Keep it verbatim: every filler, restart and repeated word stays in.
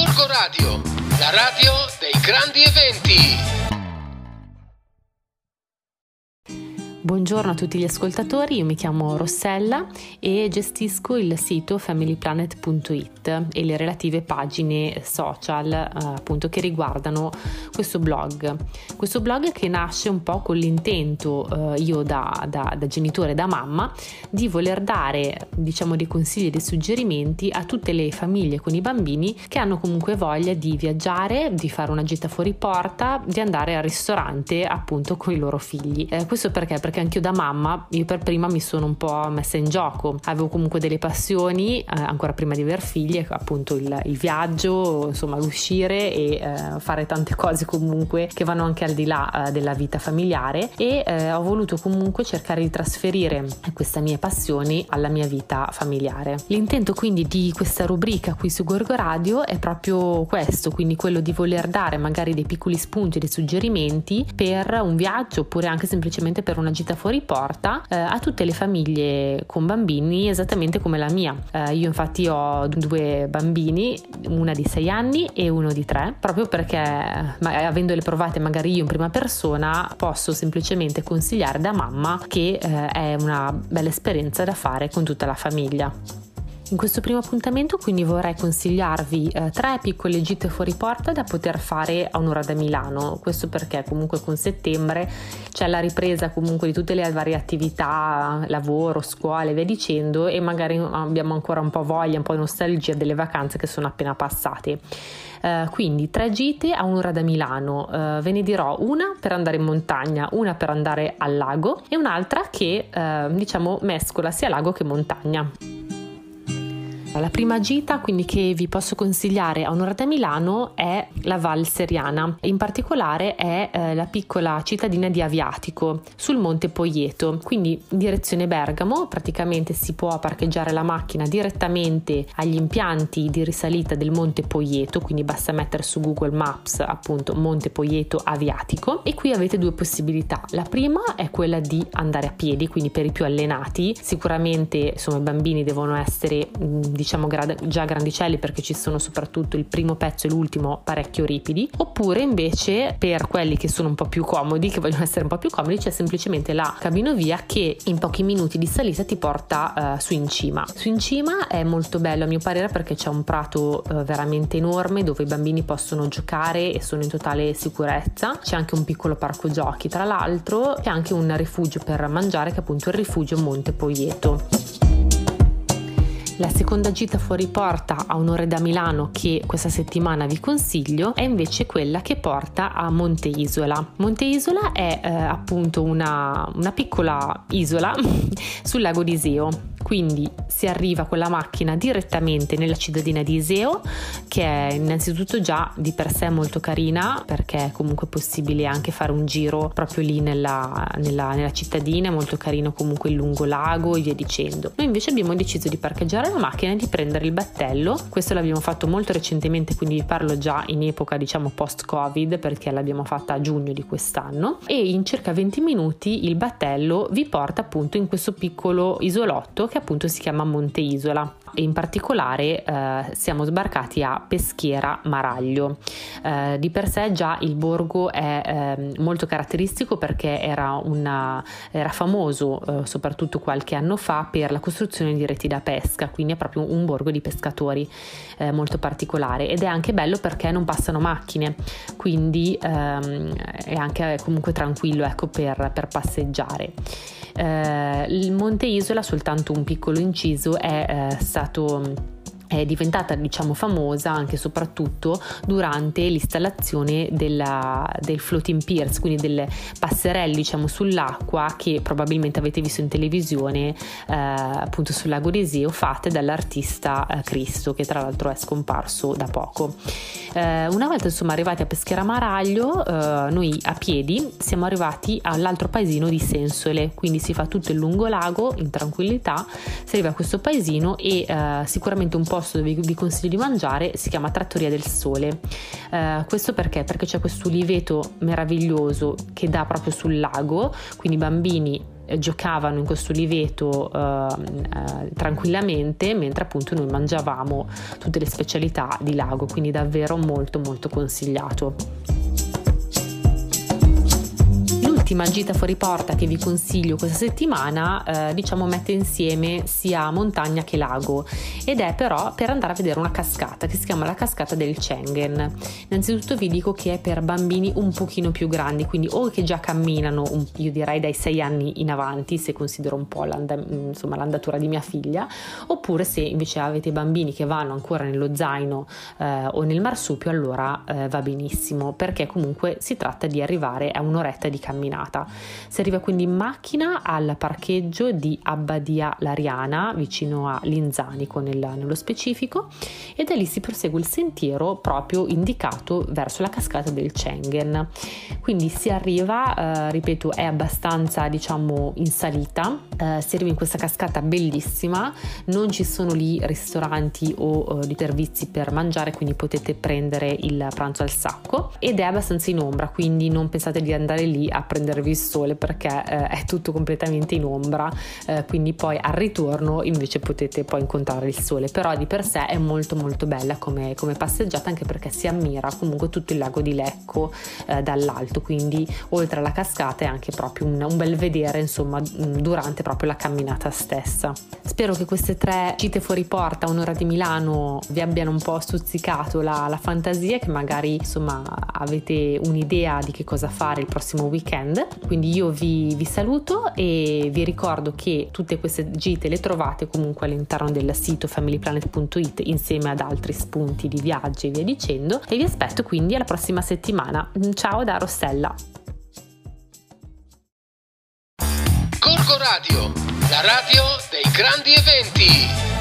Gorgo Radio, la radio dei grandi eventi. Buongiorno a tutti gli ascoltatori, io mi chiamo Rossella e gestisco il sito family planet punto it e le relative pagine social eh, appunto che riguardano questo blog. Questo blog che nasce un po' con l'intento, eh, io da, da, da genitore, da mamma, di voler dare diciamo dei consigli e dei suggerimenti a tutte le famiglie con i bambini che hanno comunque voglia di viaggiare, di fare una gita fuori porta, di andare al ristorante appunto con i loro figli. Eh, questo perché? Perché anche io da mamma, io per prima mi sono un po' messa in gioco, avevo comunque delle passioni eh, ancora prima di aver figli, appunto il, il viaggio, insomma l'uscire e eh, fare tante cose comunque che vanno anche al di là eh, della vita familiare e eh, ho voluto comunque cercare di trasferire queste mie passioni alla mia vita familiare. L'intento quindi di questa rubrica qui su Gorgo Radio è proprio questo, quindi quello di voler dare magari dei piccoli spunti, dei suggerimenti per un viaggio oppure anche semplicemente per una gita fuori porta eh, a tutte le famiglie con bambini esattamente come la mia. Eh, io infatti ho due bambini, una di sei anni e uno di tre, proprio perché ma, avendole provate magari io in prima persona posso semplicemente consigliare da mamma che eh, è una bella esperienza da fare con tutta la famiglia. In questo primo appuntamento quindi vorrei consigliarvi eh, tre piccole gite fuori porta da poter fare a un'ora da Milano. Questo perché comunque con settembre c'è la ripresa comunque di tutte le varie attività, lavoro, scuole e via dicendo, e magari abbiamo ancora un po' voglia, un po' nostalgia delle vacanze che sono appena passate. Uh, quindi tre gite a un'ora da Milano, uh, ve ne dirò una per andare in montagna, una per andare al lago e un'altra che uh, diciamo mescola sia lago che montagna. La prima gita quindi che vi posso consigliare a un'ora da Milano è la Val Seriana, in particolare è eh, la piccola cittadina di Aviatico sul Monte Poieto, quindi in direzione Bergamo. Praticamente si può parcheggiare la macchina direttamente agli impianti di risalita del Monte Poieto, quindi basta mettere su Google Maps appunto Monte Poieto Aviatico e qui avete due possibilità. La prima è quella di andare a piedi, quindi per i più allenati, sicuramente insomma i bambini devono essere mh, diciamo già grandicelli perché ci sono soprattutto il primo pezzo e l'ultimo parecchio ripidi, oppure invece per quelli che sono un po' più comodi, che vogliono essere un po' più comodi, c'è semplicemente la cabinovia che in pochi minuti di salita ti porta uh, su in cima. Su in cima è molto bello a mio parere perché c'è un prato uh, veramente enorme dove i bambini possono giocare e sono in totale sicurezza, c'è anche un piccolo parco giochi tra l'altro, c'è anche un rifugio per mangiare che è appunto il rifugio Monte Poieto. La seconda gita fuori porta a un'ora da Milano che questa settimana vi consiglio è invece quella che porta a Monte Isola. Monte Isola è eh, appunto una, una piccola isola sul lago di Iseo. Quindi si arriva con la macchina direttamente nella cittadina di Iseo, che è innanzitutto già di per sé molto carina perché è comunque possibile anche fare un giro proprio lì nella, nella, nella cittadina, è molto carino comunque il lungolago e via dicendo. Noi invece abbiamo deciso di parcheggiare la macchina e di prendere il battello. Questo l'abbiamo fatto molto recentemente, quindi vi parlo già in epoca diciamo post-Covid perché l'abbiamo fatta a giugno di quest'anno, e in circa venti minuti il battello vi porta appunto in questo piccolo isolotto che appunto si chiama Monte Isola. E in particolare eh, siamo sbarcati a Peschiera Maraglio. Eh, di per sé già il borgo è eh, molto caratteristico perché era, una, era famoso eh, soprattutto qualche anno fa per la costruzione di reti da pesca, quindi è proprio un borgo di pescatori eh, molto particolare, ed è anche bello perché non passano macchine, quindi ehm, è anche comunque tranquillo ecco per, per passeggiare. Eh, il Monte Isola, soltanto un piccolo inciso, è eh, stato è diventata diciamo famosa anche e soprattutto durante l'installazione della, del floating piers, quindi delle passerelle diciamo sull'acqua che probabilmente avete visto in televisione eh, appunto sul lago di Iseo, fatte dall'artista eh, Cristo, che tra l'altro è scomparso da poco. Eh, una volta insomma arrivati a Peschiera Maraglio, eh, noi a piedi siamo arrivati all'altro paesino di Sensole, quindi si fa tutto il lungolago in tranquillità, si arriva a questo paesino e eh, sicuramente un posto dove vi consiglio di mangiare si chiama Trattoria del Sole. Eh, questo perché? Perché c'è questo uliveto meraviglioso che dà proprio sul lago, quindi i bambini eh, giocavano in questo uliveto eh, eh, tranquillamente, mentre appunto noi mangiavamo tutte le specialità di lago, quindi davvero molto molto consigliato. L'ultima gita fuori porta che vi consiglio questa settimana eh, diciamo mette insieme sia montagna che lago, ed è però per andare a vedere una cascata che si chiama la cascata del Schengen. Innanzitutto vi dico che è per bambini un pochino più grandi, quindi o che già camminano un, io direi dai sei anni in avanti, se considero un po' l'and- insomma, l'andatura di mia figlia, oppure se invece avete bambini che vanno ancora nello zaino eh, o nel marsupio, allora eh, va benissimo, perché comunque si tratta di arrivare a un'oretta di camminata. Si arriva quindi in macchina al parcheggio di Abbadia Lariana, vicino a Linzanico nel, nello specifico, e da lì si prosegue il sentiero proprio indicato verso la cascata del Schengen. Quindi si arriva, eh, ripeto, è abbastanza diciamo in salita, eh, si arriva in questa cascata bellissima, non ci sono lì ristoranti o eh, di servizi per mangiare, quindi potete prendere il pranzo al sacco, ed è abbastanza in ombra, quindi non pensate di andare lì a prendere il sole, perché eh, è tutto completamente in ombra, eh, quindi poi al ritorno invece potete poi incontrare il sole, però di per sé è molto molto bella come, come passeggiata, anche perché si ammira comunque tutto il lago di Lecco eh, dall'alto, quindi oltre alla cascata è anche proprio un, un bel vedere insomma durante proprio la camminata stessa. Spero che queste tre gite fuori porta, un'ora di Milano, vi abbiano un po' stuzzicato la, la fantasia, che magari insomma avete un'idea di che cosa fare il prossimo weekend. Quindi io vi, vi saluto e vi ricordo che tutte queste gite le trovate comunque all'interno del sito family planet punto it insieme ad altri spunti di viaggi e via dicendo, e vi aspetto quindi alla prossima settimana. Ciao da Rossella. Gorgo Radio, la radio dei grandi eventi.